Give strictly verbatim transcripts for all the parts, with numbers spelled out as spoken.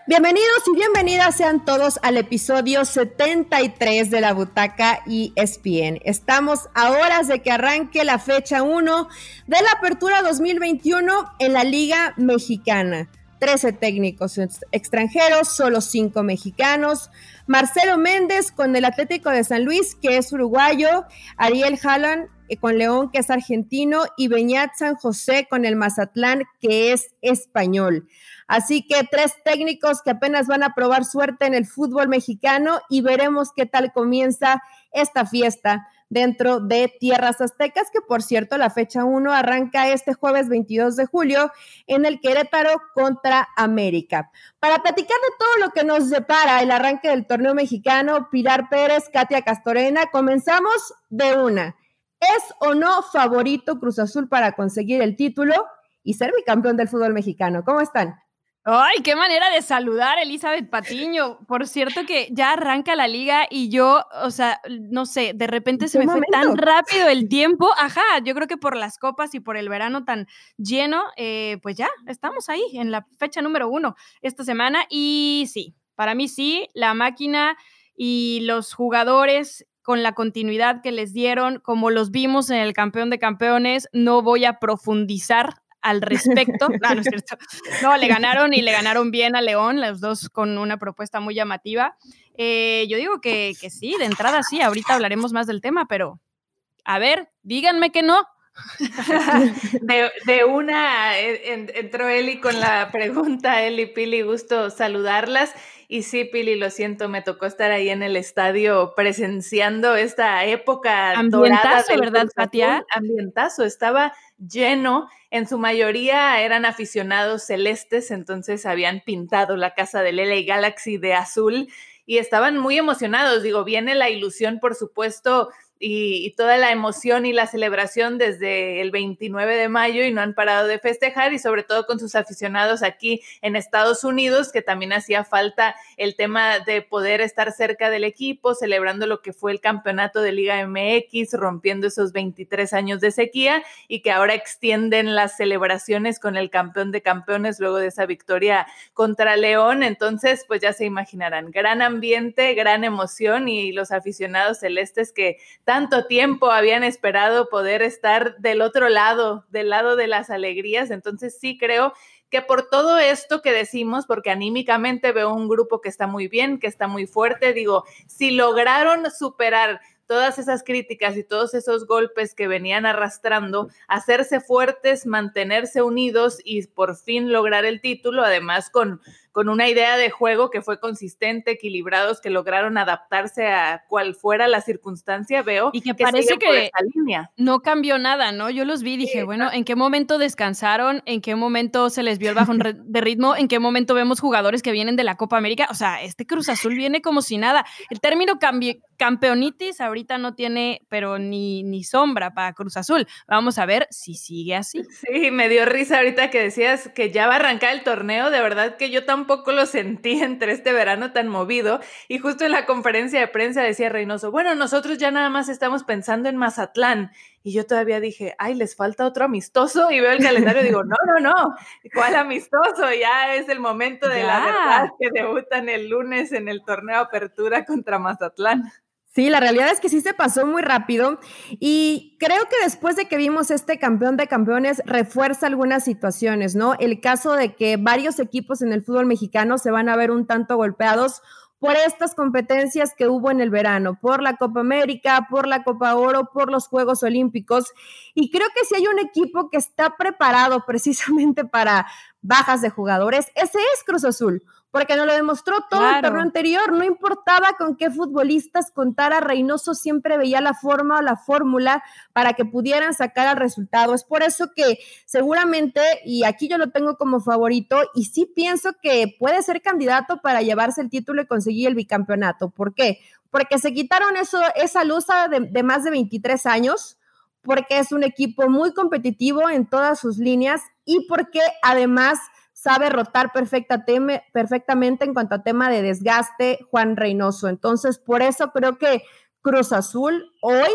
Bienvenidos y bienvenidas sean todos al episodio setenta y tres de La Butaca E S P N. Estamos a horas de que arranque la fecha uno de la Apertura dos mil veintiuno en la Liga Mexicana. trece técnicos extranjeros, solo cinco mexicanos. Marcelo Méndez con el Atlético de San Luis, que es uruguayo. Ariel Haaland con León, que es argentino. Y Beñat San José con el Mazatlán, que es español. Así que tres técnicos que apenas van a probar suerte en el fútbol mexicano y veremos qué tal comienza esta fiesta dentro de Tierras Aztecas, que por cierto la fecha uno arranca este jueves veintidós de julio en el Querétaro contra América. Para platicar de todo lo que nos depara el arranque del torneo mexicano, Pilar Pérez, Katia Castorena, comenzamos de una. ¿Es o no favorito Cruz Azul para conseguir el título y ser bicampeón del fútbol mexicano? ¿Cómo están? ¡Ay, qué manera de saludar, Elizabeth Patiño! Por cierto que ya arranca la liga y yo, o sea, no sé, de repente se me momento? fue tan rápido el tiempo. Ajá, yo creo que por las copas y por el verano tan lleno, eh, pues ya, estamos ahí en la fecha número uno esta semana. Y sí, para mí sí, la máquina y los jugadores con la continuidad que les dieron, como los vimos en el campeón de campeones, no voy a profundizar al respecto. No, no es cierto. No, le ganaron y le ganaron bien a León, los dos con una propuesta muy llamativa. Eh, yo digo que, que sí, de entrada sí, ahorita hablaremos más del tema, pero a ver, díganme que no. de, de una en, entró Eli con la pregunta. Eli, Pili, gusto saludarlas. Y sí, Pili, lo siento, me tocó estar ahí en el estadio presenciando esta época dorada del ¿verdad, Katia? Ambientazo, estaba lleno, en su mayoría eran aficionados celestes, entonces habían pintado la casa del L A Galaxy de azul y estaban muy emocionados. Digo, viene la ilusión, por supuesto, Y, y toda la emoción y la celebración desde el veintinueve de mayo y no han parado de festejar, y sobre todo con sus aficionados aquí en Estados Unidos, que también hacía falta el tema de poder estar cerca del equipo, celebrando lo que fue el campeonato de Liga M X, rompiendo esos veintitrés años de sequía, y que ahora extienden las celebraciones con el campeón de campeones luego de esa victoria contra León. Entonces, pues ya se imaginarán, gran ambiente, gran emoción, y los aficionados celestes que tanto tiempo habían esperado poder estar del otro lado, del lado de las alegrías. Entonces sí creo que por todo esto que decimos, porque anímicamente veo un grupo que está muy bien, que está muy fuerte, digo, si lograron superar todas esas críticas y todos esos golpes que venían arrastrando, hacerse fuertes, mantenerse unidos y por fin lograr el título, además con, con una idea de juego que fue consistente, equilibrados, que lograron adaptarse a cual fuera la circunstancia, veo y que, que parece que por esa línea. No cambió nada, ¿no? Yo los vi y dije, sí, bueno, ¿en qué momento descansaron? ¿En qué momento se les vio el bajón de ritmo? ¿En qué momento vemos jugadores que vienen de la Copa América? O sea, este Cruz Azul viene como si nada. El término cambi- campeonitis ahorita no tiene, pero ni, ni sombra para Cruz Azul. Vamos a ver si sigue así. Sí, me dio risa ahorita que decías que ya va a arrancar el torneo. De verdad que yo tampoco lo sentí entre este verano tan movido. Y justo en la conferencia de prensa decía Reynoso, bueno, nosotros ya nada más estamos pensando en Mazatlán. Y yo todavía dije, ay, les falta otro amistoso, y veo el calendario y digo, no, no, no, ¿cuál amistoso? Ya es el momento de ya. la verdad, que debutan el lunes en el torneo Apertura contra Mazatlán. Sí, la realidad es que sí se pasó muy rápido, y creo que después de que vimos este campeón de campeones refuerza algunas situaciones, ¿no? El caso de que varios equipos en el fútbol mexicano se van a ver un tanto golpeados por estas competencias que hubo en el verano, por la Copa América, por la Copa Oro, por los Juegos Olímpicos, y creo que si hay un equipo que está preparado precisamente para bajas de jugadores, ese es Cruz Azul, porque nos lo demostró todo claro. El torneo anterior, no importaba con qué futbolistas contara, Reynoso siempre veía la forma o la fórmula para que pudieran sacar el resultado. Es por eso que seguramente, y aquí yo lo tengo como favorito, y sí pienso que puede ser candidato para llevarse el título y conseguir el bicampeonato. ¿Por qué? Porque se quitaron eso, esa luza de, de más de veintitrés años, porque es un equipo muy competitivo en todas sus líneas, y porque además sabe rotar perfecta teme, perfectamente en cuanto a tema de desgaste Juan Reynoso. Entonces, por eso creo que Cruz Azul hoy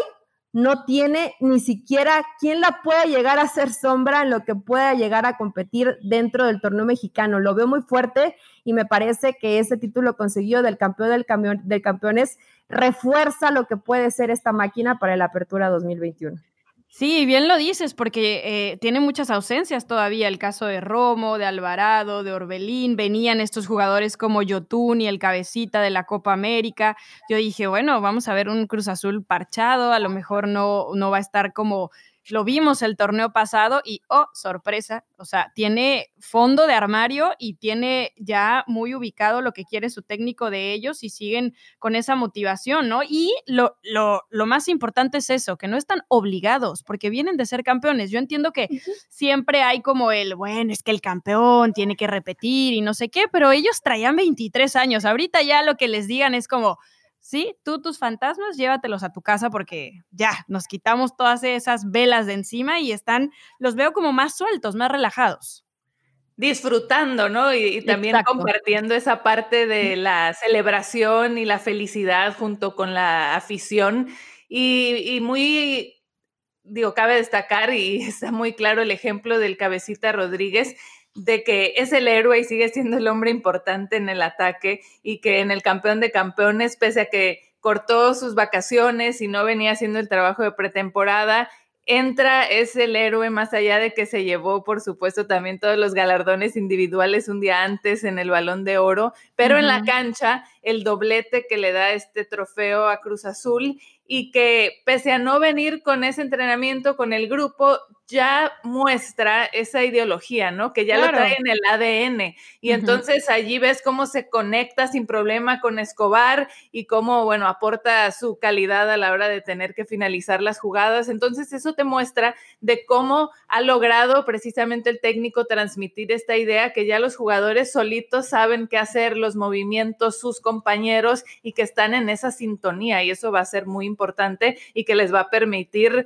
no tiene ni siquiera quién la pueda llegar a hacer sombra en lo que pueda llegar a competir dentro del torneo mexicano. Lo veo muy fuerte y me parece que ese título conseguido del campeón del, camión, del campeones refuerza lo que puede ser esta máquina para la Apertura dos mil veintiuno. Sí, bien lo dices, porque eh, tiene muchas ausencias todavía, el caso de Romo, de Alvarado, de Orbelín, venían estos jugadores como Yotun y el Cabecita de la Copa América. Yo dije, bueno, vamos a ver un Cruz Azul parchado, a lo mejor no, no va a estar como lo vimos el torneo pasado y, oh, sorpresa, o sea, tiene fondo de armario y tiene ya muy ubicado lo que quiere su técnico de ellos y siguen con esa motivación, ¿no? Y lo, lo, lo más importante es eso, que no están obligados porque vienen de ser campeones. Yo entiendo que uh-huh. siempre hay como el, bueno, es que el campeón tiene que repetir y no sé qué, pero ellos traían veintitrés años. Ahorita ya lo que les digan es como, sí, tú tus fantasmas, llévatelos a tu casa porque ya, nos quitamos todas esas velas de encima y están, los veo como más sueltos, más relajados. Disfrutando, ¿no? Y, y también Exacto. compartiendo esa parte de la celebración y la felicidad junto con la afición. Y, y muy, digo, cabe destacar, y está muy claro el ejemplo del Cabecita Rodríguez, de que es el héroe y sigue siendo el hombre importante en el ataque y que en el campeón de campeones, pese a que cortó sus vacaciones y no venía haciendo el trabajo de pretemporada, entra, es el héroe más allá de que se llevó, por supuesto, también todos los galardones individuales un día antes en el Balón de Oro, pero uh-huh. en la cancha el doblete que le da este trofeo a Cruz Azul y que pese a no venir con ese entrenamiento con el grupo, ya muestra esa ideología, ¿no? Que ya claro. lo trae en el A D N. Y uh-huh. entonces allí ves cómo se conecta sin problema con Escobar y cómo, bueno, aporta su calidad a la hora de tener que finalizar las jugadas. Entonces eso te muestra de cómo ha logrado precisamente el técnico transmitir esta idea que ya los jugadores solitos saben qué hacer, los movimientos, sus compañeros y que están en esa sintonía y eso va a ser muy importante y que les va a permitir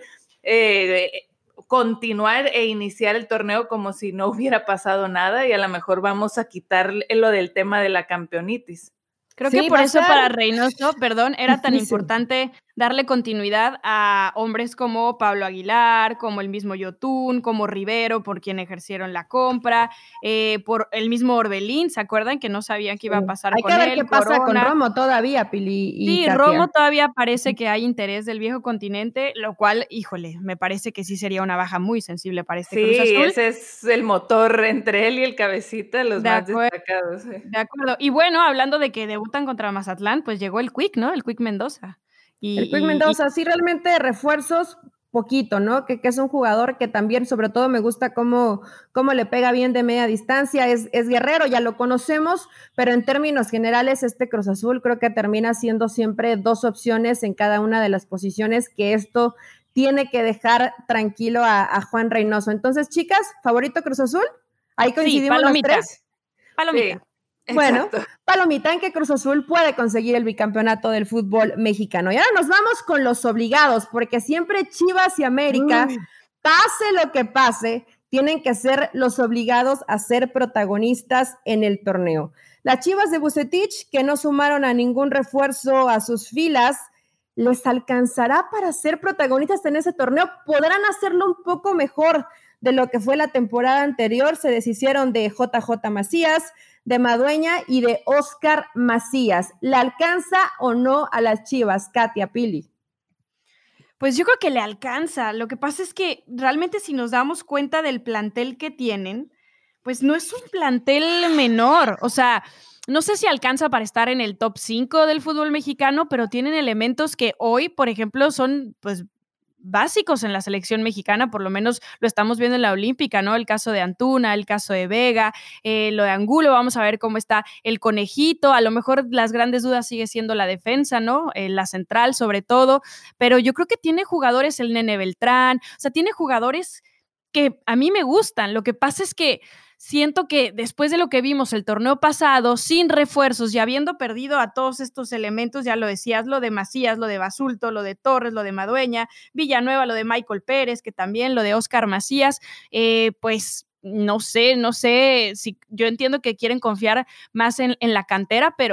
eh, continuar e iniciar el torneo como si no hubiera pasado nada y a lo mejor vamos a quitar lo del tema de la campeonitis. Creo sí, que por eso para Reynoso, perdón, era tan importante darle continuidad a hombres como Pablo Aguilar, como el mismo Yotun, como Rivero, por quien ejercieron la compra, eh, por el mismo Orbelín, ¿se acuerdan? Que no sabían qué iba a pasar hay con él. Hay que ver qué Corona. pasa con Romo todavía, Pili y Sí, Katia. Romo todavía parece que hay interés del viejo continente, lo cual, híjole, me parece que sí sería una baja muy sensible para este sí, Cruz Azul. Sí, ese es el motor entre él y el Cabecita, los de más acuerdo, destacados. Sí. De acuerdo. Y bueno, hablando de que debutan contra Mazatlán, pues llegó el Quick, ¿no? El Quick Mendoza. Y, el Quick y, Mendoza, y... sí, realmente refuerzos poquito, ¿no? Que, que es un jugador que también, sobre todo, me gusta cómo, cómo le pega bien de media distancia, es, es guerrero, ya lo conocemos, pero en términos generales, este Cruz Azul creo que termina siendo siempre dos opciones en cada una de las posiciones, que esto tiene que dejar tranquilo a, a Juan Reynoso. Entonces, chicas, ¿favorito Cruz Azul? Ahí coincidimos sí, palomita, las tres. Palomita. Sí. Bueno, Exacto. palomita en que Cruz Azul puede conseguir el bicampeonato del fútbol mexicano. Y ahora nos vamos con los obligados, porque siempre Chivas y América, Uy. pase lo que pase, tienen que ser los obligados a ser protagonistas en el torneo. Las Chivas de Vucetich, que no sumaron a ningún refuerzo a sus filas, ¿les alcanzará para ser protagonistas en ese torneo? ¿Podrán hacerlo un poco mejor de lo que fue la temporada anterior? Se deshicieron de J J Macías, de Madueña y de Oscar Macías. ¿Le alcanza o no a las Chivas, Katia, Pili? Pues yo creo que le alcanza. Lo que pasa es que realmente si nos damos cuenta del plantel que tienen, pues no es un plantel menor. O sea, no sé si alcanza para estar en el top cinco del fútbol mexicano, pero tienen elementos que hoy, por ejemplo, son pues básicos en la selección mexicana, por lo menos lo estamos viendo en la olímpica, ¿no? El caso de Antuna, el caso de Vega, eh, lo de Angulo, vamos a ver cómo está el Conejito, a lo mejor las grandes dudas sigue siendo la defensa, ¿no? Eh, la central sobre todo, pero yo creo que tiene jugadores, el Nene Beltrán, o sea, tiene jugadores que a mí me gustan, lo que pasa es que siento que después de lo que vimos el torneo pasado, sin refuerzos y habiendo perdido a todos estos elementos, ya lo decías, lo de Macías, lo de Basulto, lo de Torres, lo de Madueña, Villanueva, lo de Michael Pérez, que también lo de Oscar Macías, eh, pues no sé, no sé, si yo entiendo que quieren confiar más en, en la cantera, pero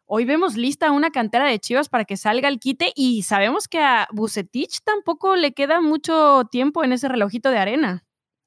hoy vemos lista una cantera de Chivas para que salga el quite y sabemos que a Vucetich tampoco le queda mucho tiempo en ese relojito de arena.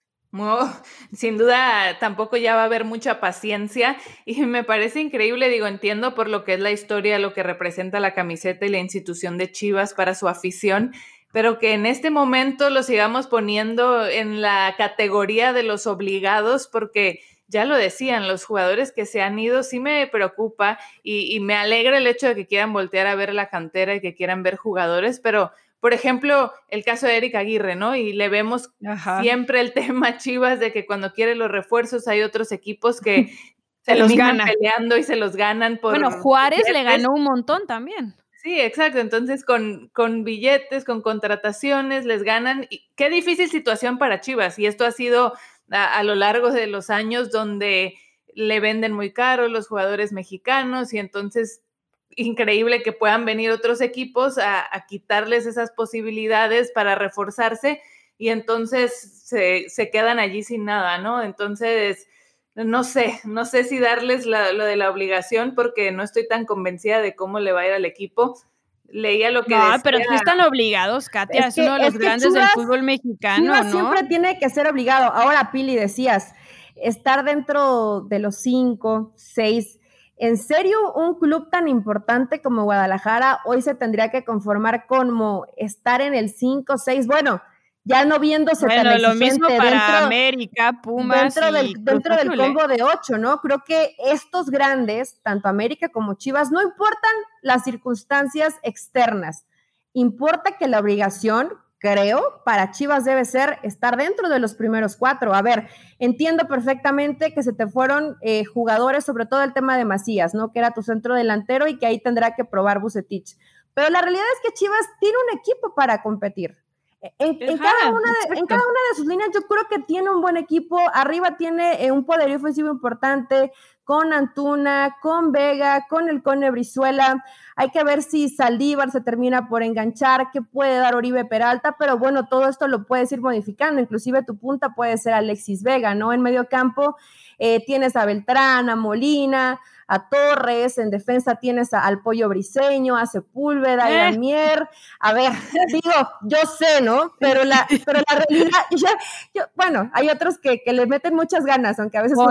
No, sin duda tampoco ya va a haber mucha paciencia y me parece increíble, digo, entiendo por lo que es la historia, lo que representa la camiseta y la institución de Chivas para su afición, pero que en este momento lo sigamos poniendo en la categoría de los obligados, porque ya lo decían, los jugadores que se han ido sí me preocupa y, y me alegra el hecho de que quieran voltear a ver la cantera y que quieran ver jugadores, pero por ejemplo, el caso de Eric Aguirre, ¿no? Y le vemos Ajá. siempre el tema Chivas de que cuando quiere los refuerzos hay otros equipos que se los ganan peleando y se los ganan por Bueno, Juárez billetes. Le ganó un montón también. Sí, exacto. Entonces, con, con billetes, con contrataciones, les ganan. Y qué difícil situación para Chivas. Y esto ha sido a, a lo largo de los años donde le venden muy caro los jugadores mexicanos y entonces increíble que puedan venir otros equipos a, a quitarles esas posibilidades para reforzarse y entonces se, se quedan allí sin nada, ¿no? Entonces, no sé, no sé si darles la, lo de la obligación porque no estoy tan convencida de cómo le va a ir al equipo. Leía lo que no, decía. pero sí están obligados, Katia, es, que, es uno de los grandes Chivas, del fútbol mexicano, Chivas ¿no? siempre tiene que ser obligado. Ahora, Pili, decías, estar dentro de los cinco, seis. ¿En serio un club tan importante como Guadalajara hoy se tendría que conformar como estar en el cinco, seis? Bueno, ya no viéndose bueno, tan lo mismo para dentro, América, Pumas dentro del, y dentro del combo de ocho, ¿no? Creo que estos grandes, tanto América como Chivas, no importan las circunstancias externas, importa que la obligación, creo, para Chivas debe ser estar dentro de los primeros cuatro. A ver, entiendo perfectamente que se te fueron eh, jugadores, sobre todo el tema de Macías, ¿no? Que era tu centro delantero y que ahí tendrá que probar Vucetich. Pero la realidad es que Chivas tiene un equipo para competir. En, en, cada una de, en cada una de sus líneas yo creo que tiene un buen equipo, arriba tiene eh, un poderío ofensivo importante, con Antuna, con Vega, con el Cone Brizuela, hay que ver si Saldívar se termina por enganchar, qué puede dar Oribe Peralta, pero bueno, todo esto lo puedes ir modificando, inclusive tu punta puede ser Alexis Vega, ¿no? En medio campo eh, tienes a Beltrán, a Molina, a Torres, en defensa tienes a, al Pollo Briseño, a Sepúlveda, a Irán Mier, a ver, digo, yo sé, ¿no? Pero la, pero la realidad, yo, yo, bueno, hay otros que, que le meten muchas ganas, aunque a veces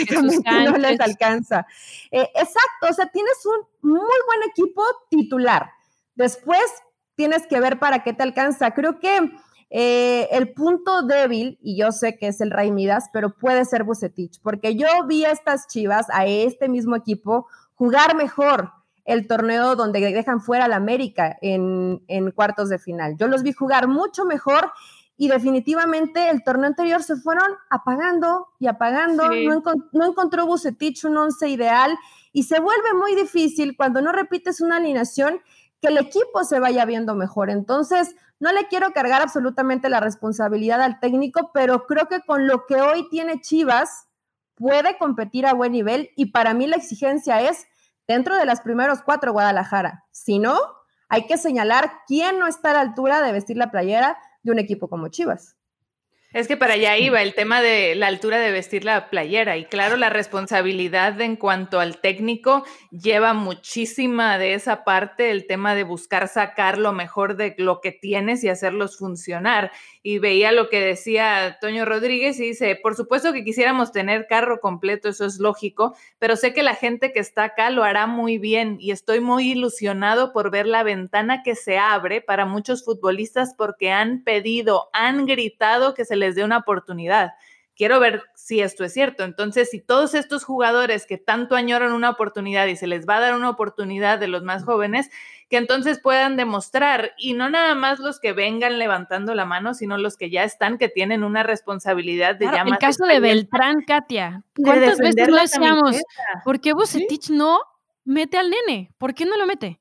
no les alcanza. Eh, exacto, o sea, tienes un muy buen equipo titular, después tienes que ver para qué te alcanza. Creo que Eh, el punto débil, y yo sé que es el Rey Midas, pero puede ser Vucetich, porque yo vi a estas Chivas, a este mismo equipo, jugar mejor el torneo donde dejan fuera al América en, en cuartos de final. Yo los vi jugar mucho mejor y definitivamente el torneo anterior se fueron apagando y apagando, sí. no, encont- no encontró Vucetich un once ideal y se vuelve muy difícil cuando no repites una alineación que el equipo se vaya viendo mejor. Entonces, no le quiero cargar absolutamente la responsabilidad al técnico, pero creo que con lo que hoy tiene Chivas, puede competir a buen nivel y para mí la exigencia es dentro de los primeros cuatro Guadalajara. Si no, hay que señalar quién no está a la altura de vestir la playera de un equipo como Chivas. Es que para allá iba el tema de la altura de vestir la playera y claro, la responsabilidad en cuanto al técnico lleva muchísima de esa parte, el tema de buscar sacar lo mejor de lo que tienes y hacerlos funcionar. Y veía lo que decía Toño Rodríguez y dice, por supuesto que quisiéramos tener carro completo, eso es lógico, pero sé que la gente que está acá lo hará muy bien y estoy muy ilusionado por ver la ventana que se abre para muchos futbolistas porque han pedido, han gritado que se les dé una oportunidad. Quiero ver si esto es cierto. Entonces, si todos estos jugadores que tanto añoran una oportunidad y se les va a dar una oportunidad de los más jóvenes, que entonces puedan demostrar, y no nada más los que vengan levantando la mano, sino los que ya están, que tienen una responsabilidad de claro, ya el caso de Beltrán, Katia. ¿Cuántas veces lo decíamos? ¿Por qué Vucetich ¿Sí? no mete al nene? ¿Por qué no lo mete?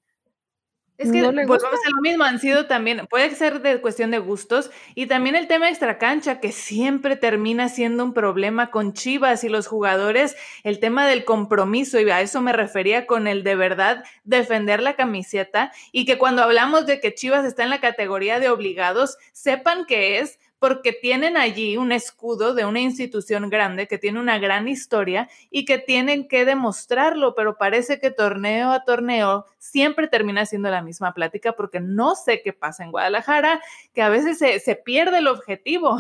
Es que, no pues vamos a lo mismo, han sido también, puede ser de cuestión de gustos, y también el tema extracancha, que siempre termina siendo un problema con Chivas y los jugadores, el tema del compromiso, y a eso me refería con el de verdad defender la camiseta, y que cuando hablamos de que Chivas está en la categoría de obligados, sepan que es porque tienen allí un escudo de una institución grande que tiene una gran historia y que tienen que demostrarlo, pero parece que torneo a torneo siempre termina siendo la misma plática, porque no sé qué pasa en Guadalajara, que a veces se, se pierde el objetivo.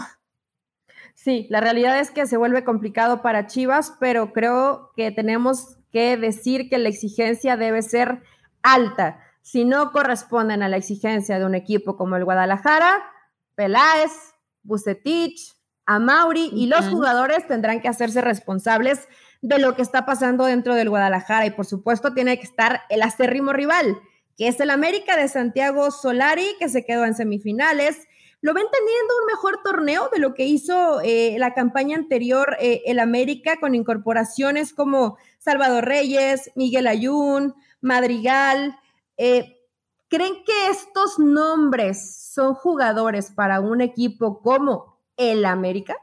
Sí, la realidad es que se vuelve complicado para Chivas, pero creo que tenemos que decir que la exigencia debe ser alta. Si no corresponden a la exigencia de un equipo como el Guadalajara, Peláez, Vucetich, Amauri y los jugadores tendrán que hacerse responsables de lo que está pasando dentro del Guadalajara, y por supuesto tiene que estar el acérrimo rival, que es el América de Santiago Solari, que se quedó en semifinales. ¿Lo ven teniendo un mejor torneo de lo que hizo eh, la campaña anterior eh, el América, con incorporaciones como Salvador Reyes, Miguel Ayun, Madrigal? Eh, ¿Creen que estos nombres son jugadores para un equipo como el América?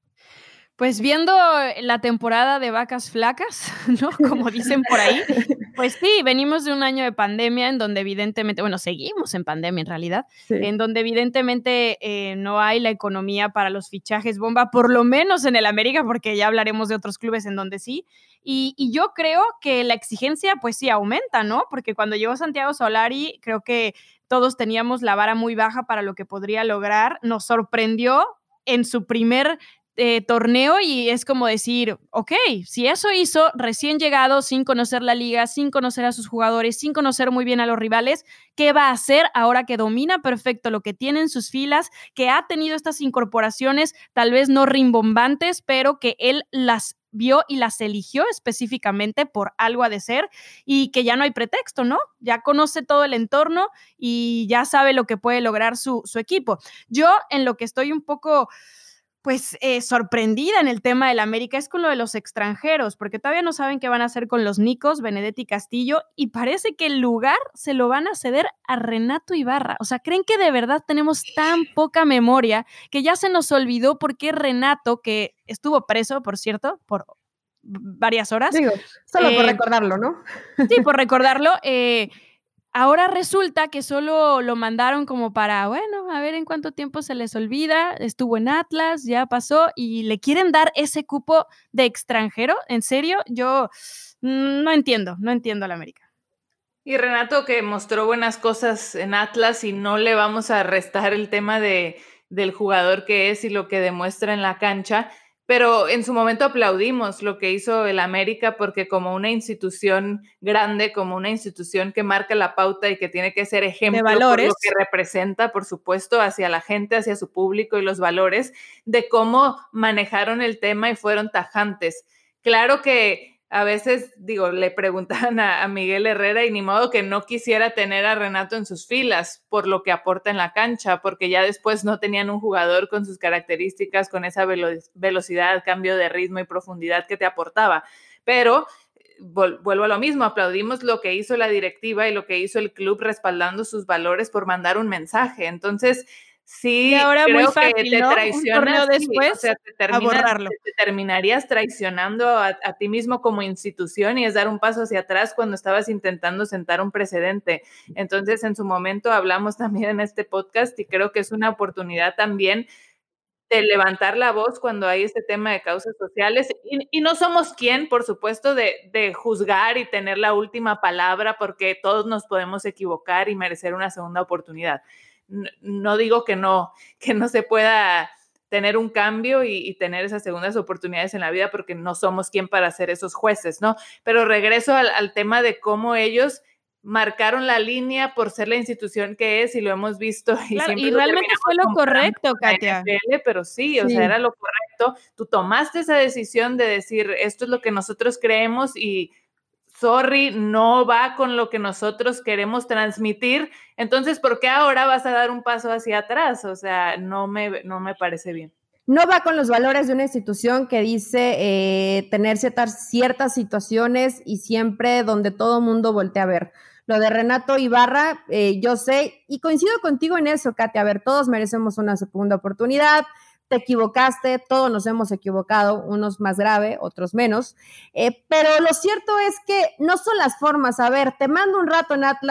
Pues viendo la temporada de vacas flacas, ¿no? Como dicen por ahí, pues sí, venimos de un año de pandemia en donde evidentemente, bueno, seguimos en pandemia en realidad, sí. en donde evidentemente eh, no hay la economía para los fichajes bomba, por lo menos en el América, porque ya hablaremos de otros clubes en donde sí, y, y yo creo que la exigencia pues sí aumenta, ¿no? Porque cuando llegó Santiago Solari, creo que todos teníamos la vara muy baja para lo que podría lograr, nos sorprendió en su primer Eh, torneo y es como decir, ok, si eso hizo recién llegado, sin conocer la liga, sin conocer a sus jugadores, sin conocer muy bien a los rivales, ¿qué va a hacer ahora que domina perfecto lo que tiene en sus filas, que ha tenido estas incorporaciones, tal vez no rimbombantes, pero que él las vio y las eligió específicamente por algo ha de ser, y que ya no hay pretexto, ¿no? Ya conoce todo el entorno y ya sabe lo que puede lograr su, su equipo. Yo en lo que estoy un poco pues eh, sorprendida en el tema del América es con lo de los extranjeros, porque todavía no saben qué van a hacer con los Nicos, Benedetti y Castillo, y parece que el lugar se lo van a ceder a Renato Ibarra. O sea, ¿creen que de verdad tenemos tan poca memoria que ya se nos olvidó por qué Renato, que estuvo preso, por cierto, por varias horas? Digo, solo eh, por recordarlo, ¿no? Sí, por recordarlo, eh, ahora resulta que solo lo mandaron como para, bueno, a ver en cuánto tiempo se les olvida, estuvo en Atlas, ya pasó, y le quieren dar ese cupo de extranjero. ¿En serio? Yo mmm, no entiendo, no entiendo a la América. Y Renato, que mostró buenas cosas en Atlas, y no le vamos a restar el tema de, del jugador que es y lo que demuestra en la cancha, pero en su momento aplaudimos lo que hizo el América, porque como una institución grande, como una institución que marca la pauta y que tiene que ser ejemplo de valores, por lo que representa, por supuesto, hacia la gente, hacia su público y los valores, de cómo manejaron el tema y fueron tajantes. Claro que a veces, digo, le preguntaban a, a Miguel Herrera y ni modo que no quisiera tener a Renato en sus filas por lo que aporta en la cancha, porque ya después no tenían un jugador con sus características, con esa velo- velocidad, cambio de ritmo y profundidad que te aportaba. Pero vol- vuelvo a lo mismo, aplaudimos lo que hizo la directiva y lo que hizo el club respaldando sus valores por mandar un mensaje. Entonces, sí, y ahora creo muy fácil, que te ¿no? traicionas, un torneo después, sí, o sea, te, a borrarlo. te, te terminarías traicionando a, a ti mismo como institución, y es dar un paso hacia atrás cuando estabas intentando sentar un precedente. Entonces, en su momento hablamos también en este podcast, y creo que es una oportunidad también de levantar la voz cuando hay este tema de causas sociales, y, y no somos quien, por supuesto, de, de juzgar y tener la última palabra, porque todos nos podemos equivocar y merecer una segunda oportunidad. No digo que no, que no se pueda tener un cambio y, y tener esas segundas oportunidades en la vida, porque no somos quien para ser esos jueces, ¿no? Pero regreso al, al tema de cómo ellos marcaron la línea por ser la institución que es, y lo hemos visto. Y, claro, siempre y lo realmente fue lo correcto, Katia. N F L, pero sí, o Sí. sea, era lo correcto. Tú tomaste esa decisión de decir, esto es lo que nosotros creemos, y sorry, no va con lo que nosotros queremos transmitir. Entonces, ¿por qué ahora vas a dar un paso hacia atrás? O sea, no me, no me parece bien. No va con los valores de una institución que dice eh, tener ciertas, ciertas situaciones y siempre donde todo mundo voltea a ver. Lo de Renato Ibarra, eh, yo sé, y coincido contigo en eso, Katia. A ver, todos merecemos una segunda oportunidad. Te equivocaste, todos nos hemos equivocado, unos más grave, otros menos, eh, pero lo cierto es que no son las formas. A ver, te mando un rato en Atlas,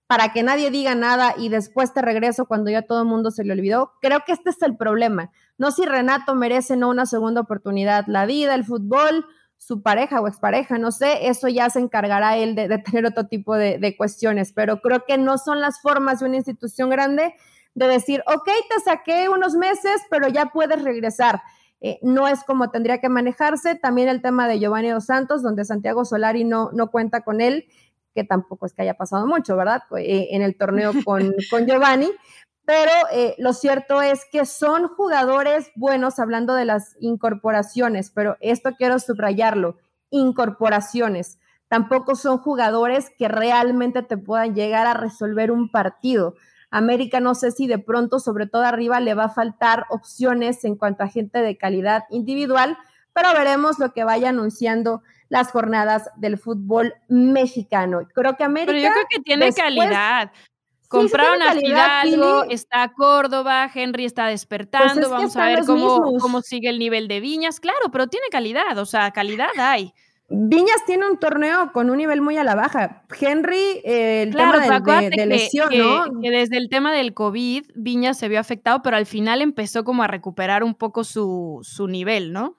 para que nadie diga nada y después te regreso cuando ya todo el mundo se le olvidó. Creo que este es el problema. No si Renato merece no una segunda oportunidad. La vida, el fútbol, su pareja o expareja, no sé, eso ya se encargará él de, de tener otro tipo de, de cuestiones, pero creo que no son las formas de una institución grande de decir, ok, te saqué unos meses, pero ya puedes regresar. Eh, no es como tendría que manejarse. También el tema de Giovanni Dos Santos, donde Santiago Solari no, no cuenta con él, que tampoco es que haya pasado mucho, ¿verdad? Eh, en el torneo con, con Giovanni, pero eh, lo cierto es que son jugadores buenos, hablando de las incorporaciones, pero esto quiero subrayarlo, incorporaciones. Tampoco son jugadores que realmente te puedan llegar a resolver un partido. América no sé si de pronto, sobre todo arriba, le va a faltar opciones en cuanto a gente de calidad individual, pero veremos lo que vaya anunciando las jornadas del fútbol mexicano. Creo que América... Pero yo creo que tiene después, calidad. Sí, Compraron sí a Fidalgo, Pili. Está Córdoba, Henry está despertando, pues es vamos a ver cómo, cómo sigue el nivel de Viñas. Claro, pero tiene calidad, o sea, calidad hay. Viñas tiene un torneo con un nivel muy a la baja. Henry, eh, el claro, tema de, de, de lesión, que, ¿no? Que desde el tema del COVID, Viñas se vio afectado, pero al final empezó como a recuperar un poco su, su nivel, ¿no?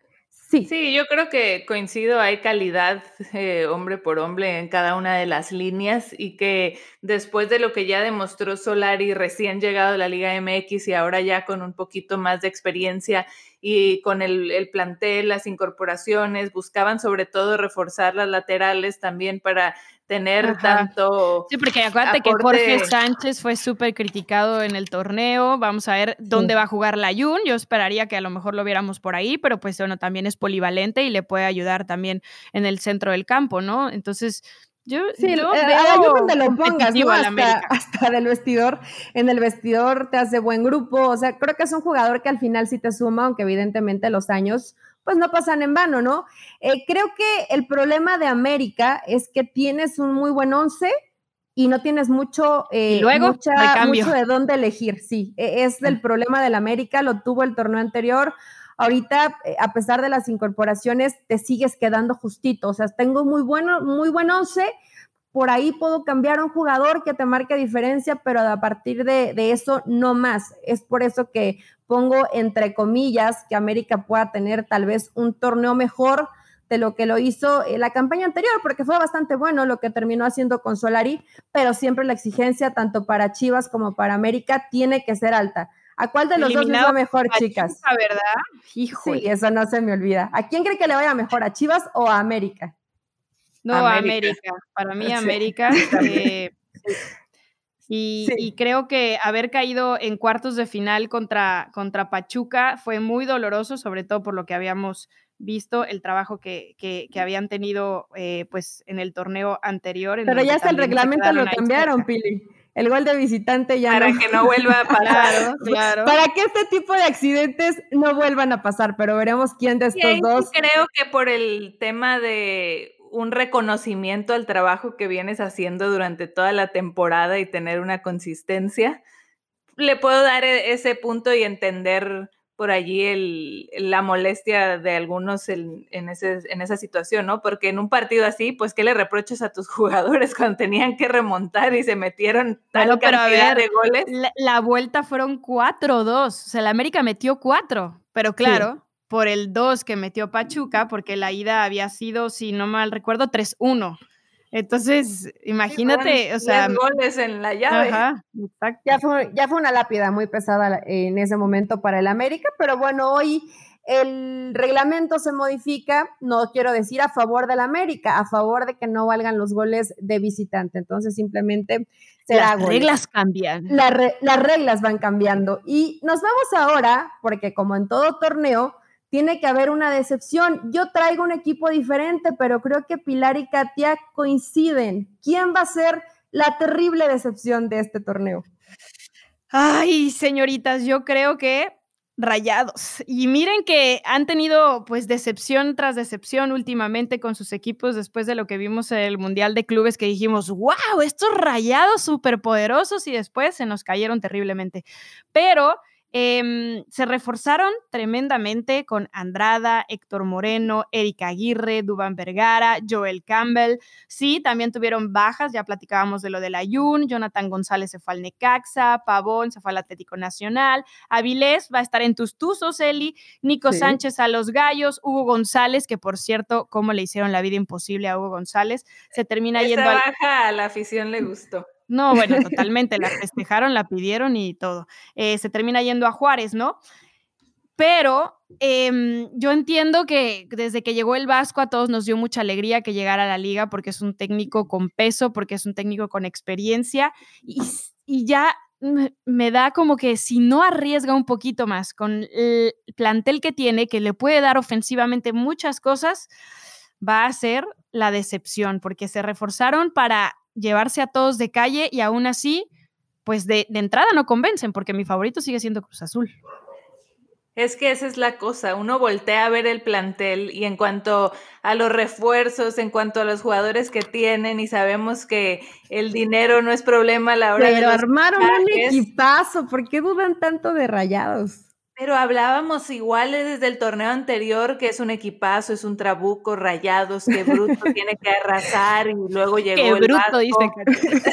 Sí. Sí, yo creo que coincido, hay calidad eh, hombre por hombre en cada una de las líneas y que después de lo que ya demostró Solari recién llegado a la Liga M X y ahora ya con un poquito más de experiencia y con el, el plantel, las incorporaciones, buscaban sobre todo reforzar las laterales también para tener Ajá. tanto Sí, porque acuérdate aporte... que Jorge Sánchez fue súper criticado en el torneo, vamos a ver dónde sí. va a jugar Layún, yo esperaría que a lo mejor lo viéramos por ahí, pero pues bueno, también es polivalente y le puede ayudar también en el centro del campo, ¿no? Entonces... Yo, sí, yo eh, veo donde lo pongas, ¿no? Hasta, hasta del vestidor, en el vestidor te hace buen grupo, o sea, creo que es un jugador que al final sí te suma, aunque evidentemente los años pues no pasan en vano, ¿no? Eh, creo que el problema de América es que tienes un muy buen once y no tienes mucho, eh, ¿Y luego? mucha, mucho de dónde elegir, sí, es el problema del América, lo tuvo el torneo anterior. Ahorita, a pesar de las incorporaciones, te sigues quedando justito. O sea, tengo muy bueno, muy buen once, por ahí puedo cambiar a un jugador que te marque diferencia, pero a partir de, de eso no más. Es por eso que pongo entre comillas que América pueda tener tal vez un torneo mejor de lo que lo hizo en la campaña anterior, porque fue bastante bueno lo que terminó haciendo con Solari, pero siempre la exigencia tanto para Chivas como para América tiene que ser alta. ¿A cuál de los Eliminado dos les va mejor, Pachuca, chicas? ¿Verdad? Híjole. Sí, eso no se me olvida. ¿A quién cree que le vaya mejor, a Chivas o a América? No, a América. América. Para mí, sí. América. Eh, y, sí. y creo que haber caído en cuartos de final contra, contra Pachuca fue muy doloroso, sobre todo por lo que habíamos visto, el trabajo que, que, que habían tenido eh, pues en el torneo anterior. En Pero ya hasta el reglamento lo cambiaron, Pili. El gol de visitante ya para no. que no vuelva a pasar, claro. Para que este tipo de accidentes no vuelvan a pasar, pero veremos quién de estos sí, dos. Creo que por el tema de un reconocimiento al trabajo que vienes haciendo durante toda la temporada y tener una consistencia, le puedo dar ese punto y entender por allí el, la molestia de algunos en, en, ese, en esa situación, ¿no? Porque en un partido así, pues, ¿qué le reproches a tus jugadores cuando tenían que remontar y se metieron tal bueno, cantidad pero a ver, de goles? La, la vuelta fueron cuatro dos, o sea, la América metió cuatro, pero claro, sí. por el dos que metió Pachuca, porque la ida había sido, si no mal recuerdo, tres uno. Entonces, imagínate, sí, o sea... diez goles en la llave. Ajá, exacto. Ya fue, ya fue una lápida muy pesada en ese momento para el América, pero bueno, hoy el reglamento se modifica, no quiero decir a favor del América, a favor de que no valgan los goles de visitante, entonces simplemente será Las goles. reglas cambian. La re, las reglas van cambiando y nos vamos ahora, porque como en todo torneo, tiene que haber una decepción. Yo traigo un equipo diferente, pero creo que Pilar y Katia coinciden. ¿Quién va a ser la terrible decepción de este torneo? Ay, señoritas, yo creo que Rayados. Y miren que han tenido pues decepción tras decepción últimamente con sus equipos después de lo que vimos en el Mundial de Clubes, que dijimos, wow, estos Rayados superpoderosos, y después se nos cayeron terriblemente. Pero Eh, se reforzaron tremendamente con Andrada, Héctor Moreno, Eric Aguirre, Duván Vergara, Joel Campbell. Sí, también tuvieron bajas, ya platicábamos de lo del Ayun, Jonathan González se fue al Necaxa, Pavón se fue al Atlético Nacional, Avilés va a estar en tus tuzos, Eli, Nico sí. Sánchez a los Gallos, Hugo González, que por cierto, cómo le hicieron la vida imposible a Hugo González, se termina Esa yendo al... baja a la afición le gustó. No, bueno, totalmente, la festejaron, la pidieron y todo. Eh, se termina yendo a Juárez, ¿no? Pero eh, yo entiendo que desde que llegó el Vasco a todos nos dio mucha alegría que llegara a la liga porque es un técnico con peso, porque es un técnico con experiencia y, y ya me da como que si no arriesga un poquito más con el plantel que tiene, que le puede dar ofensivamente muchas cosas, va a ser la decepción porque se reforzaron para llevarse a todos de calle y aún así, pues de, de entrada no convencen, porque mi favorito sigue siendo Cruz Azul. Es que esa es la cosa, uno voltea a ver el plantel y en cuanto a los refuerzos, en cuanto a los jugadores que tienen y sabemos que el dinero no es problema a la hora Pero de los armaron fichajes, un equipazo, ¿por qué dudan tanto de Rayados? Pero hablábamos iguales desde el torneo anterior, que es un equipazo, es un trabuco, Rayados, que bruto tiene que arrasar y luego llegó qué el bruto, Vasco. Dice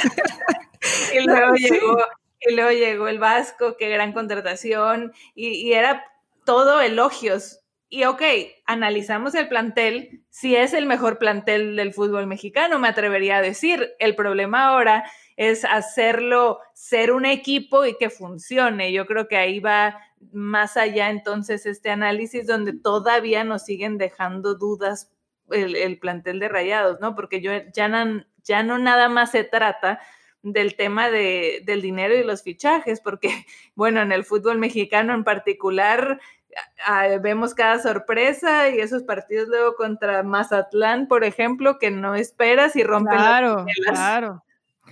y, luego Sí. llegó, y luego llegó el Vasco, qué gran contratación, y, y era todo elogios. Y ok, analizamos el plantel, si es el mejor plantel del fútbol mexicano, me atrevería a decir. El problema ahora es hacerlo ser un equipo y que funcione. Yo creo que ahí va más allá entonces este análisis donde todavía nos siguen dejando dudas el, el plantel de Rayados, ¿no? Porque yo ya no, ya no nada más se trata del tema de, del dinero y los fichajes, porque, bueno, en el fútbol mexicano en particular a, a, vemos cada sorpresa y esos partidos luego contra Mazatlán, por ejemplo, que no esperas y rompen claro, las panelas. Claro.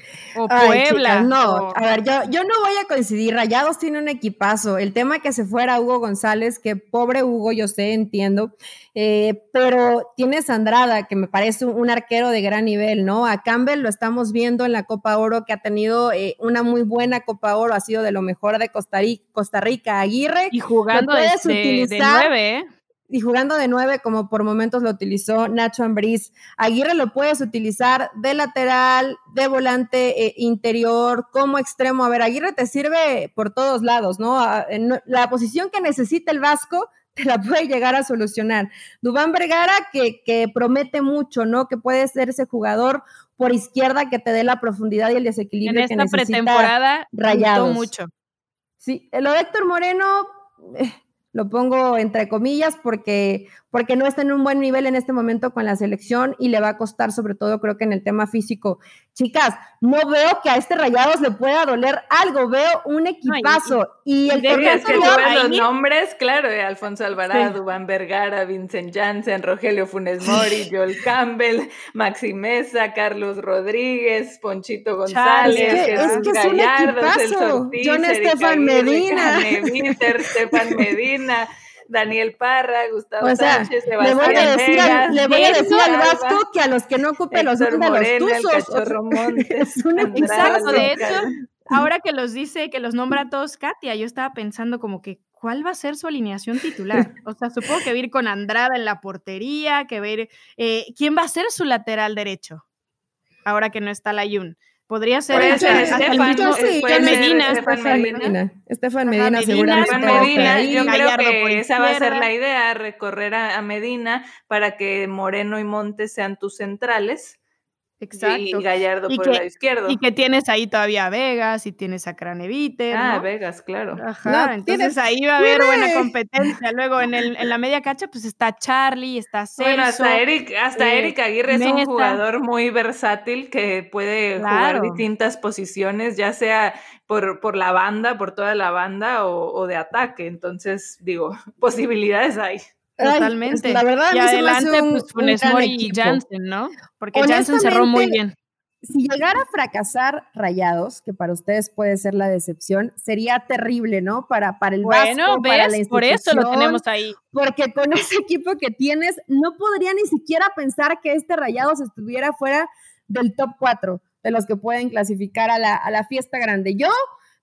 O Ay, Puebla. Chicas, no, o... a ver, yo, yo no voy a coincidir. Rayados tiene un equipazo. El tema que se fuera Hugo González, que pobre Hugo, yo sé, entiendo, eh, pero tienes a Andrada, que me parece un, un arquero de gran nivel, ¿no? A Campbell lo estamos viendo en la Copa Oro, que ha tenido eh, una muy buena Copa Oro, ha sido de lo mejor de Costa Rica. Costa Rica. Aguirre, y jugando lo puedes de, utilizar, de nueve, ¿eh? Y jugando de nueve, como por momentos lo utilizó Nacho Ambriz. Aguirre lo puedes utilizar de lateral, de volante eh, interior, como extremo. A ver, Aguirre te sirve por todos lados, ¿no? A, en, la posición que necesita el Vasco te la puede llegar a solucionar. Duván Vergara, que, que promete mucho, ¿no? Que puede ser ese jugador por izquierda que te dé la profundidad y el desequilibrio que necesita Rayados. En esta pretemporada Rayados. gustó mucho. Sí, lo de Héctor Moreno... Eh, lo pongo entre comillas porque, porque no está en un buen nivel en este momento con la selección y le va a costar, sobre todo creo que en el tema físico. Chicas, no veo que a este Rayados le pueda doler algo, veo un equipazo. Ay, y, y el torneo anterior... Ahí... los nombres, claro, de Alfonso Alvarado, sí. Duván Vergara, Vincent Janssen, Rogelio Funes Mori, Joel Campbell, Maxi Mesa, Carlos Rodríguez, Ponchito González, es que, Jesús es que Gallardo, Celso Ortiz, John Estefan Medina, Víter, Estefan Medina, Daniel Parra, Gustavo o sea, Sánchez, le voy a decir, Vegas, al, le voy a decir al Vasco que a los que no ocupe los Héctor manda Moreno, los tuzos. El Cachorro Montes, es un Exacto, de hecho, ahora que los dice, que los nombra a todos Katia, yo estaba pensando como que ¿cuál va a ser su alineación titular? O sea, supongo que va a ir con Andrada en la portería, que va a ir, eh, ¿quién va a ser su lateral derecho? Ahora que no está Layún. Podría ser puede hasta, ser hasta Estefan, el mismo sí, puede Medina, Estefan Estefan Medina. Medina. Estefan Medina, Medina seguramente. Estefan Medina, ahí. yo creo Gallardo por que esa va a ser izquierda. la idea, recorrer a, a Medina para que Moreno y Montes sean tus centrales. Exacto. Y Gallardo y por que, el lado izquierdo. Y que tienes ahí todavía a Vegas y tienes a Craneviter, Ah, ¿no? Vegas, claro. Ajá, No, entonces tiene, ahí va a haber tiene. buena competencia. Luego en, el, en la media cancha pues está Charlie, está Celso. Bueno, hasta Eric, hasta eh, Eric Aguirre Mesa. es un jugador muy versátil que puede Claro. jugar distintas posiciones, ya sea por, por la banda, por toda la banda o, o de ataque. Entonces, digo, posibilidades hay. Totalmente. Ay, la verdad, y a mí se me adelante, hace un, pues Funes un Mori y equipo. Janssen, ¿no? Porque Janssen cerró muy bien. Si llegara a fracasar Rayados, que para ustedes puede ser la decepción, sería terrible, ¿no? Para, para el bueno, Vasco, ¿ves? para la institución. Por eso lo tenemos ahí. Porque con ese equipo que tienes, no podría ni siquiera pensar que este Rayados estuviera fuera del top cuatro de los que pueden clasificar a la, a la fiesta grande. Yo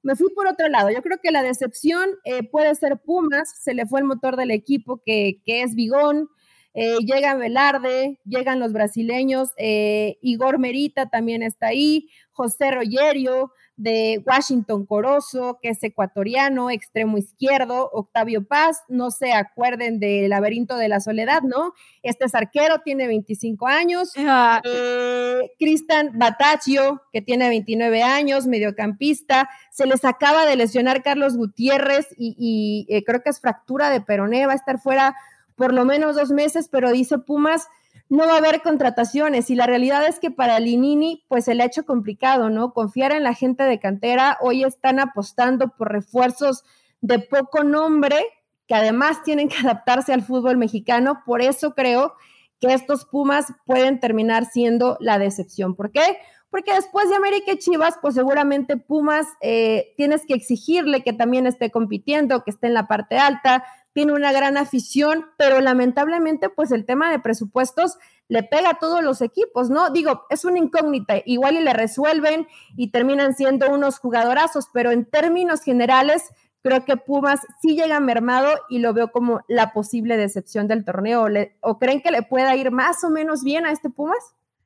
me fui por otro lado. Yo creo que la decepción eh, puede ser Pumas, se le fue el motor del equipo que, que es Bigón, eh, llega Velarde, llegan los brasileños, eh, Igor Merita también está ahí, José Rogerio, de Washington Corozo, que es ecuatoriano, extremo izquierdo, Octavio Paz, no se acuerden del Laberinto de la Soledad, ¿no? Este es arquero, tiene veinticinco años, Ah. eh, Cristian Batacchio, que tiene veintinueve años, mediocampista, se les acaba de lesionar Carlos Gutiérrez y, y eh, creo que es fractura de peroné, va a estar fuera por lo menos dos meses, pero dice Pumas, no va a haber contrataciones y la realidad es que para Linini pues se le ha hecho complicado, ¿no? Confiar en la gente de cantera, hoy están apostando por refuerzos de poco nombre que además tienen que adaptarse al fútbol mexicano, por eso creo que estos Pumas pueden terminar siendo la decepción. ¿Por qué? Porque después de América y Chivas, pues seguramente Pumas eh, tienes que exigirle que también esté compitiendo, que esté en la parte alta, tiene una gran afición, pero lamentablemente pues el tema de presupuestos le pega a todos los equipos, ¿no? Digo, es una incógnita, igual y le resuelven y terminan siendo unos jugadorazos, pero en términos generales creo que Pumas sí llega mermado y lo veo como la posible decepción del torneo. ¿Le, ¿O creen que le pueda ir más o menos bien a este Pumas?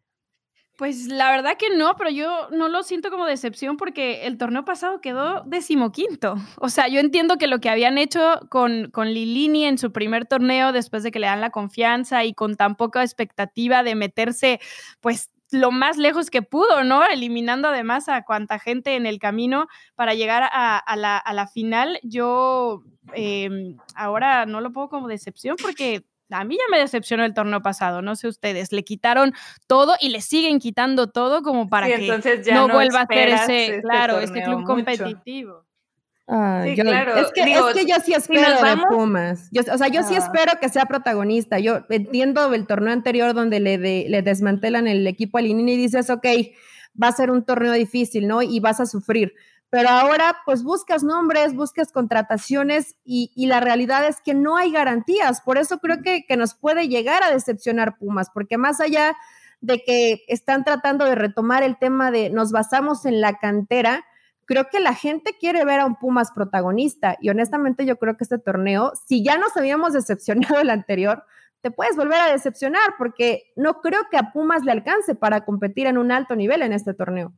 Pues la verdad que no, pero yo no lo siento como decepción porque el torneo pasado quedó decimoquinto. O sea, yo entiendo que lo que habían hecho con, con Lilini en su primer torneo, después de que le dan la confianza y con tan poca expectativa de meterse, pues, lo más lejos que pudo, ¿no? Eliminando además a cuanta gente en el camino para llegar a, a, la, a la final. Yo eh, ahora no lo pongo como decepción porque a mí ya me decepcionó el torneo pasado, no sé ustedes, le quitaron todo y le siguen quitando todo como para sí, que ya no, no vuelva a ser ese, este claro, este club mucho. competitivo. Ah, sí, yo, claro. Es que, Digo, es que yo sí espero si de Pumas. Yo, o sea, yo ah. sí espero que sea protagonista. Yo entiendo el torneo anterior donde le, de, le desmantelan el equipo a Linini y dices, ok, va a ser un torneo difícil, ¿no? Y vas a sufrir. Pero ahora, pues buscas nombres, buscas contrataciones y, y la realidad es que no hay garantías. Por eso creo que, que nos puede llegar a decepcionar Pumas, porque más allá de que están tratando de retomar el tema de nos basamos en la cantera, creo que la gente quiere ver a un Pumas protagonista y honestamente yo creo que este torneo, si ya nos habíamos decepcionado el anterior, te puedes volver a decepcionar porque no creo que a Pumas le alcance para competir en un alto nivel en este torneo.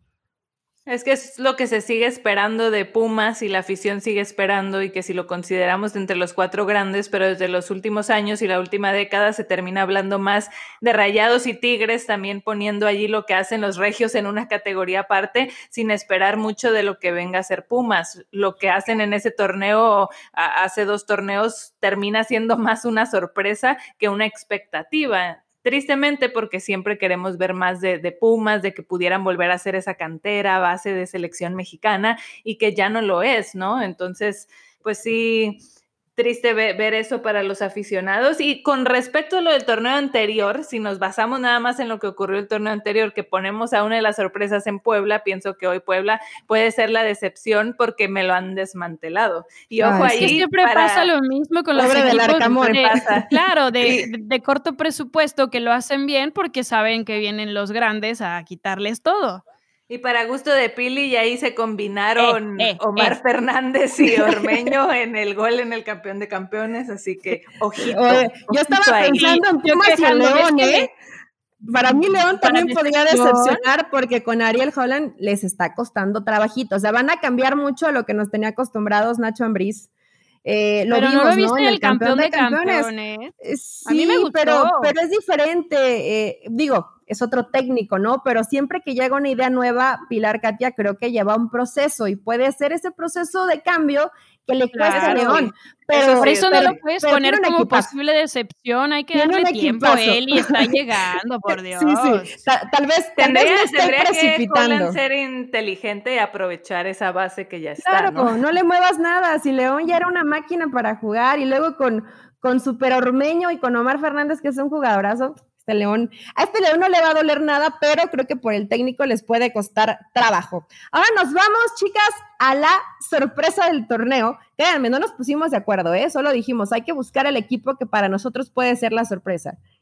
Es que es lo que se sigue esperando de Pumas y la afición sigue esperando y que si lo consideramos entre los cuatro grandes, pero desde los últimos años y la última década se termina hablando más de Rayados y Tigres, también poniendo allí lo que hacen los regios en una categoría aparte, sin esperar mucho de lo que venga a ser Pumas. Lo que hacen en ese torneo, hace dos torneos, termina siendo más una sorpresa que una expectativa. Tristemente, porque siempre queremos ver más de, de Pumas, de que pudieran volver a hacer esa cantera base de selección mexicana y que ya no lo es, ¿no? Entonces, pues sí, triste ver, ver eso para los aficionados. Y con respecto a lo del torneo anterior, si nos basamos nada más en lo que ocurrió el torneo anterior, que ponemos a una de las sorpresas en Puebla, pienso que hoy Puebla puede ser la decepción porque me lo han desmantelado. Y ojo, Ay, ahí sí, siempre para... pasa lo mismo con los Pobre equipos del Arcamón. de, pasa. claro, de, de, de corto presupuesto que lo hacen bien porque saben que vienen los grandes a quitarles todo. Y para gusto de Pili, y ahí se combinaron eh, eh, Omar eh. Fernández y Ormeño en el gol en el campeón de campeones, así que ojito. Oye, ojito yo estaba ahí. pensando en Pumas y en León, ¿eh? Para mí León también podría decepcionar porque con Ariel Holland les está costando trabajito. O sea, van a cambiar mucho a lo que nos tenía acostumbrados Nacho Ambriz. Eh, lo pero vimos, no lo viste ¿no? En el, el campeón, campeón de campeones. campeones. Eh, sí, a mí me gustó. Pero, pero es diferente. Eh, digo, es otro técnico, ¿no? Pero siempre que llega una idea nueva, Pilar Katia creo que lleva un proceso y puede ser ese proceso de cambio que le cuesta Claro. a León. Pero, Por eso pero, no lo puedes pero poner como equipazo. posible decepción, hay que Tiene darle un tiempo equipazo. a él y está llegando, por Dios. Sí, sí, Ta- tal vez, tal Tendría, vez me estoy tendría precipitando. que Holland ser inteligente y aprovechar esa base que ya está, Claro, ¿no? no le muevas nada, si León ya era una máquina para jugar y luego con, con Super Ormeño y con Omar Fernández, que es un jugadorazo, este León, a este León no le va a doler nada, pero creo que por el técnico les puede costar trabajo. Ahora nos vamos, chicas, a la sorpresa del torneo. Créanme, no nos pusimos de acuerdo, ¿eh? Solo dijimos, hay que buscar el equipo que para nosotros puede ser la sorpresa.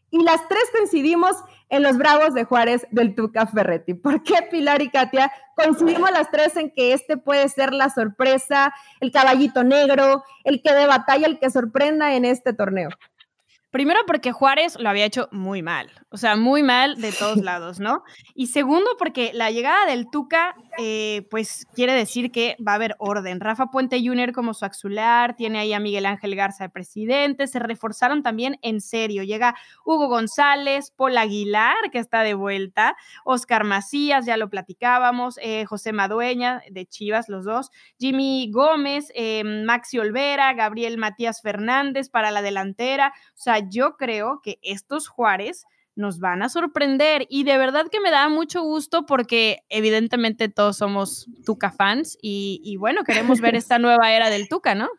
Y las tres coincidimos en los Bravos de Juárez del Tuca Ferretti. ¿Por qué, Pilar y Katia? Coincidimos las tres en que este puede ser la sorpresa, el caballito negro, el que dé batalla, el que sorprenda en este torneo. Primero porque Juárez lo había hecho muy mal, o sea, muy mal de todos lados, ¿no? Y segundo porque la llegada del Tuca, eh, pues quiere decir que va a haber orden. Rafa Puente junior como su auxiliar, tiene ahí a Miguel Ángel Garza de presidente, se reforzaron también en serio. Llega Hugo González, Paul Aguilar, que está de vuelta, Oscar Macías, ya lo platicábamos, eh, José Madueña, de Chivas, los dos, Jimmy Gómez, eh, Maxi Olvera, Gabriel Matías Fernández para la delantera. O sea, yo creo que estos Juárez nos van a sorprender y de verdad que me da mucho gusto porque evidentemente todos somos Tuca fans y, y bueno, queremos ver esta nueva era del Tuca, ¿no?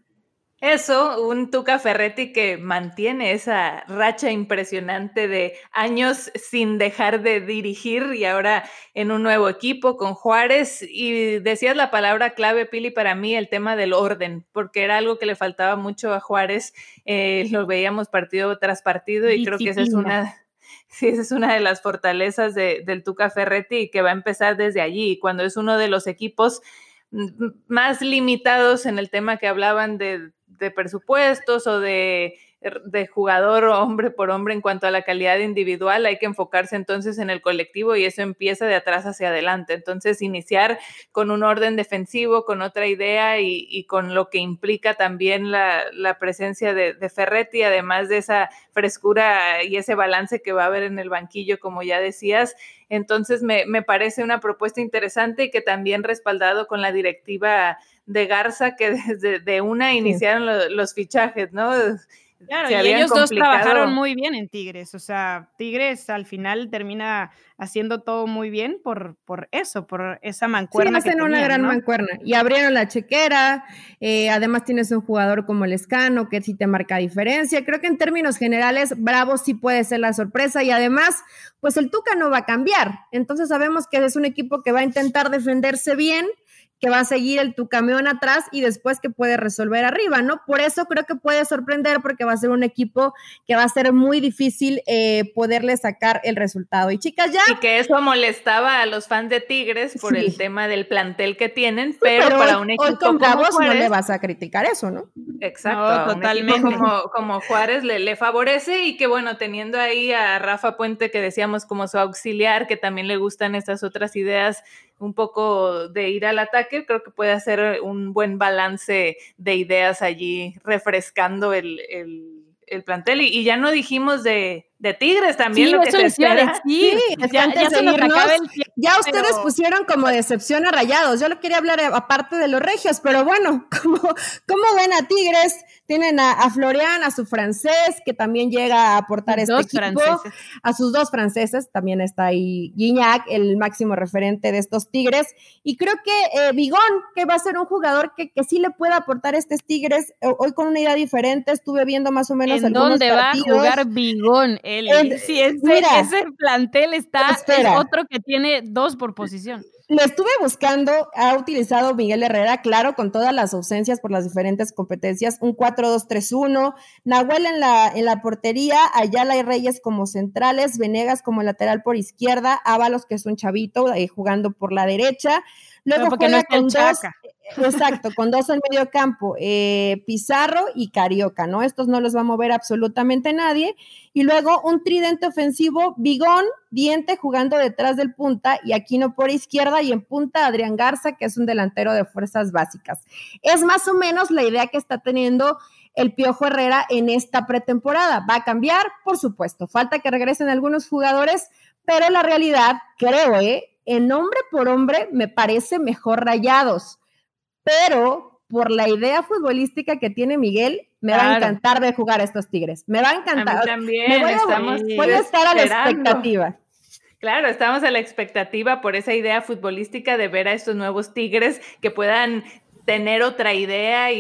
Eso, un Tuca Ferretti que mantiene esa racha impresionante de años sin dejar de dirigir y ahora en un nuevo equipo con Juárez. Y decías la palabra clave, Pili, para mí, el tema del orden, porque era algo que le faltaba mucho a Juárez. Eh, lo veíamos partido tras partido y Disciplina. Creo que esa es una... Sí, esa es una de las fortalezas de, del Tuca Ferretti y que va a empezar desde allí, cuando es uno de los equipos más limitados en el tema que hablaban de, de presupuestos o de, de jugador hombre por hombre en cuanto a la calidad individual. Hay que enfocarse entonces en el colectivo y eso empieza de atrás hacia adelante. Entonces iniciar con un orden defensivo, con otra idea y, y con lo que implica también la, la presencia de, de Ferretti, además de esa frescura y ese balance que va a haber en el banquillo, como ya decías. Entonces me, me parece una propuesta interesante y que también respaldado con la directiva de Garza, que desde de una iniciaron sí. los, los fichajes, ¿no? Claro, y ellos complicado. dos trabajaron muy bien en Tigres, o sea, Tigres al final termina haciendo todo muy bien por, por eso, por esa mancuerna. Sí, hacen que una tenían, gran ¿no? mancuerna, y abrieron la chequera, eh, además tienes un jugador como Lescano que sí te marca diferencia. Creo que en términos generales, Bravo sí puede ser la sorpresa, y además, pues el Tuca no va a cambiar, entonces sabemos que es un equipo que va a intentar defenderse bien, que va a seguir el tu camión atrás y después que puede resolver arriba, ¿no? Por eso creo que puede sorprender porque va a ser un equipo que va a ser muy difícil eh, poderle sacar el resultado. Y chicas, ya... Y que eso molestaba a los fans de Tigres por sí. el tema del plantel que tienen, sí, pero, pero para un equipo hoy con como Bravos Juárez... no le vas a criticar eso, ¿no? Exacto, no, un totalmente. equipo como, como Juárez le, le favorece y que bueno, teniendo ahí a Rafa Puente que decíamos como su auxiliar, que también le gustan estas otras ideas un poco de ir al ataque, creo que puede hacer un buen balance de ideas allí, refrescando el, el, el plantel. Y, y ya no dijimos de, de Tigres también, sí, lo que se espera. Sí, es que ya, antes ya de se irnos, nos acaba el tiempo, ya ustedes pero... pusieron como decepción a Rayados. Yo lo quería hablar aparte de los regios, pero bueno, como, como ven a Tigres, tienen a, a Florian, a su francés, que también llega a aportar este dos equipo, franceses. A sus dos franceses, también está ahí Guignac, el máximo referente de estos Tigres, y creo que eh, Bigón, que va a ser un jugador que, que sí le puede aportar a estos Tigres, hoy con una idea diferente, estuve viendo más o menos ¿En algunos dónde partidos. va a jugar Bigón? Él, en, sí, ese, mira, ese plantel está, espera. es otro que tiene dos por posición. Lo estuve buscando, ha utilizado Miguel Herrera, claro, con todas las ausencias por las diferentes competencias, un cuatro dos tres uno, Nahuel en la, en la portería, Ayala y Reyes como centrales, Venegas como lateral por izquierda, Ábalos, que es un chavito, eh, jugando por la derecha, luego juega no con dos, exacto, con dos en medio campo, eh, Pizarro y Carioca, ¿no? Estos no los va a mover absolutamente nadie, y luego un tridente ofensivo, Bigón, Diente jugando detrás del punta y Aquino por izquierda y en punta Adrián Garza, que es un delantero de fuerzas básicas. Es más o menos la idea que está teniendo el Piojo Herrera en esta pretemporada. ¿Va a cambiar? Por supuesto. Falta que regresen algunos jugadores, pero la realidad, creo, ¿eh? en hombre por hombre me parece mejor Rayados, pero por la idea futbolística que tiene Miguel, me claro. va a encantar ver jugar a estos Tigres. Me va a encantar. A mí también. Me voy a, estamos voy a estar a la expectativa. Claro, estamos a la expectativa por esa idea futbolística de ver a estos nuevos Tigres que puedan tener otra idea y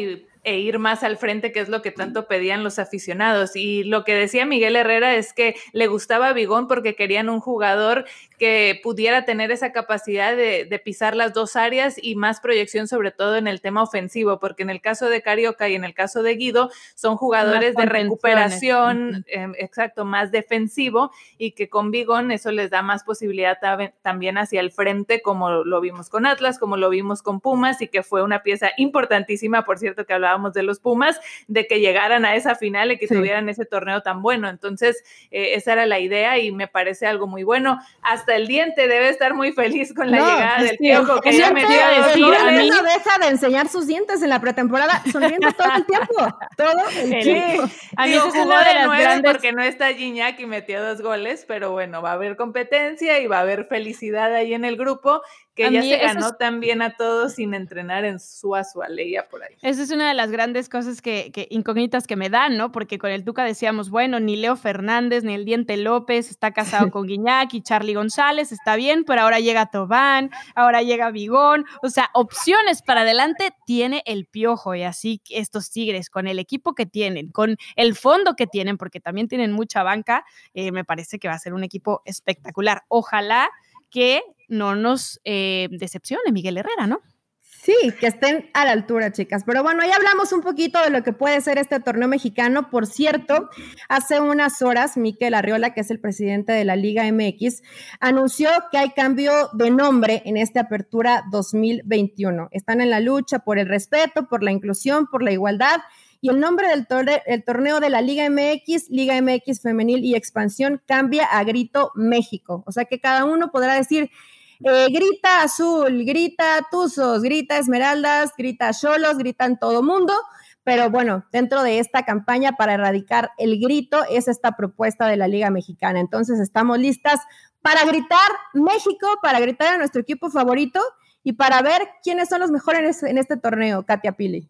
e ir más al frente, que es lo que tanto pedían los aficionados. Y lo que decía Miguel Herrera es que le gustaba a Bigón porque querían un jugador que pudiera tener esa capacidad de, de pisar las dos áreas y más proyección, sobre todo en el tema ofensivo, porque en el caso de Carioca y en el caso de Guido son jugadores de recuperación, uh-huh. eh, exacto, más defensivo, y que con Bigón eso les da más posibilidad tab- también hacia el frente, como lo vimos con Atlas, como lo vimos con Pumas, y que fue una pieza importantísima, por cierto, que hablábamos de los Pumas, de que llegaran a esa final y que sí. tuvieran ese torneo tan bueno. Entonces, eh, esa era la idea y me parece algo muy bueno. Hasta el diente debe estar muy feliz con la no, llegada del Piojo, que ya me dio a decir. A mí no deja de enseñar sus dientes en la pretemporada, sonriendo todo el tiempo, todo el tiempo. Sí. A mí Digo, es jugó de, de nueve grandes... porque no está Gignac y metió dos goles, pero bueno, va a haber competencia y va a haber felicidad ahí en el grupo, que a ya se ganó es... también a todos sin entrenar en Suazua, leía por ahí. Esa es una de las grandes cosas que, que incógnitas que me dan, ¿no? Porque con el Tuca decíamos, bueno, ni Leo Fernández, ni el Diente López está casado con Gignac y Charly González, está bien, pero ahora llega Tobán, ahora llega Bigón, o sea, opciones para adelante tiene el Piojo, y así estos Tigres, con el equipo que tienen, con el fondo que tienen, porque también tienen mucha banca, eh, me parece que va a ser un equipo espectacular. Ojalá que no nos eh, decepcione Miguel Herrera, ¿no? Sí, que estén a la altura, chicas. Pero bueno, ya hablamos un poquito de lo que puede ser este torneo mexicano. Por cierto, hace unas horas, Mikel Arriola, que es el presidente de la Liga M X, anunció que hay cambio de nombre en esta apertura dos mil veintiuno. Están en la lucha por el respeto, por la inclusión, por la igualdad. Y el nombre del torneo, el torneo de la Liga M X, Liga M X Femenil y Expansión, cambia a Grito México. O sea que cada uno podrá decir, eh, grita Azul, grita Tuzos, grita Esmeraldas, grita Xolos, gritan todo mundo. Pero bueno, dentro de esta campaña para erradicar el grito es esta propuesta de la Liga Mexicana. Entonces estamos listas para gritar México, para gritar a nuestro equipo favorito y para ver quiénes son los mejores en este torneo, Katia Pili.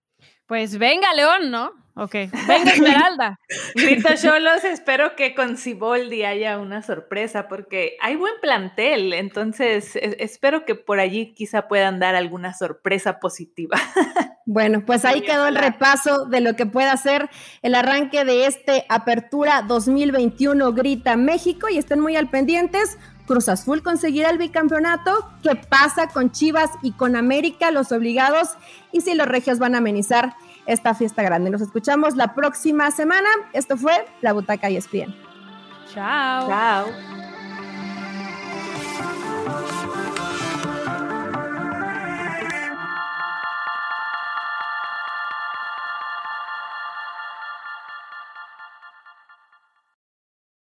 Pues venga, León, ¿no? Ok, venga, Esmeralda. Grita Xolos, espero que con Siboldi haya una sorpresa, porque hay buen plantel, entonces es, espero que por allí quizá puedan dar alguna sorpresa positiva. Bueno, pues ahí quedó el repaso de lo que pueda ser el arranque de este Apertura dos mil veintiuno Grita México, y estén muy al pendientes. Cruz Azul conseguirá el bicampeonato. ¿Qué pasa con Chivas y con América, los obligados? Y si los regios van a amenizar esta fiesta grande. Nos escuchamos la próxima semana. Esto fue La Butaca E S P N. Chao. Chao.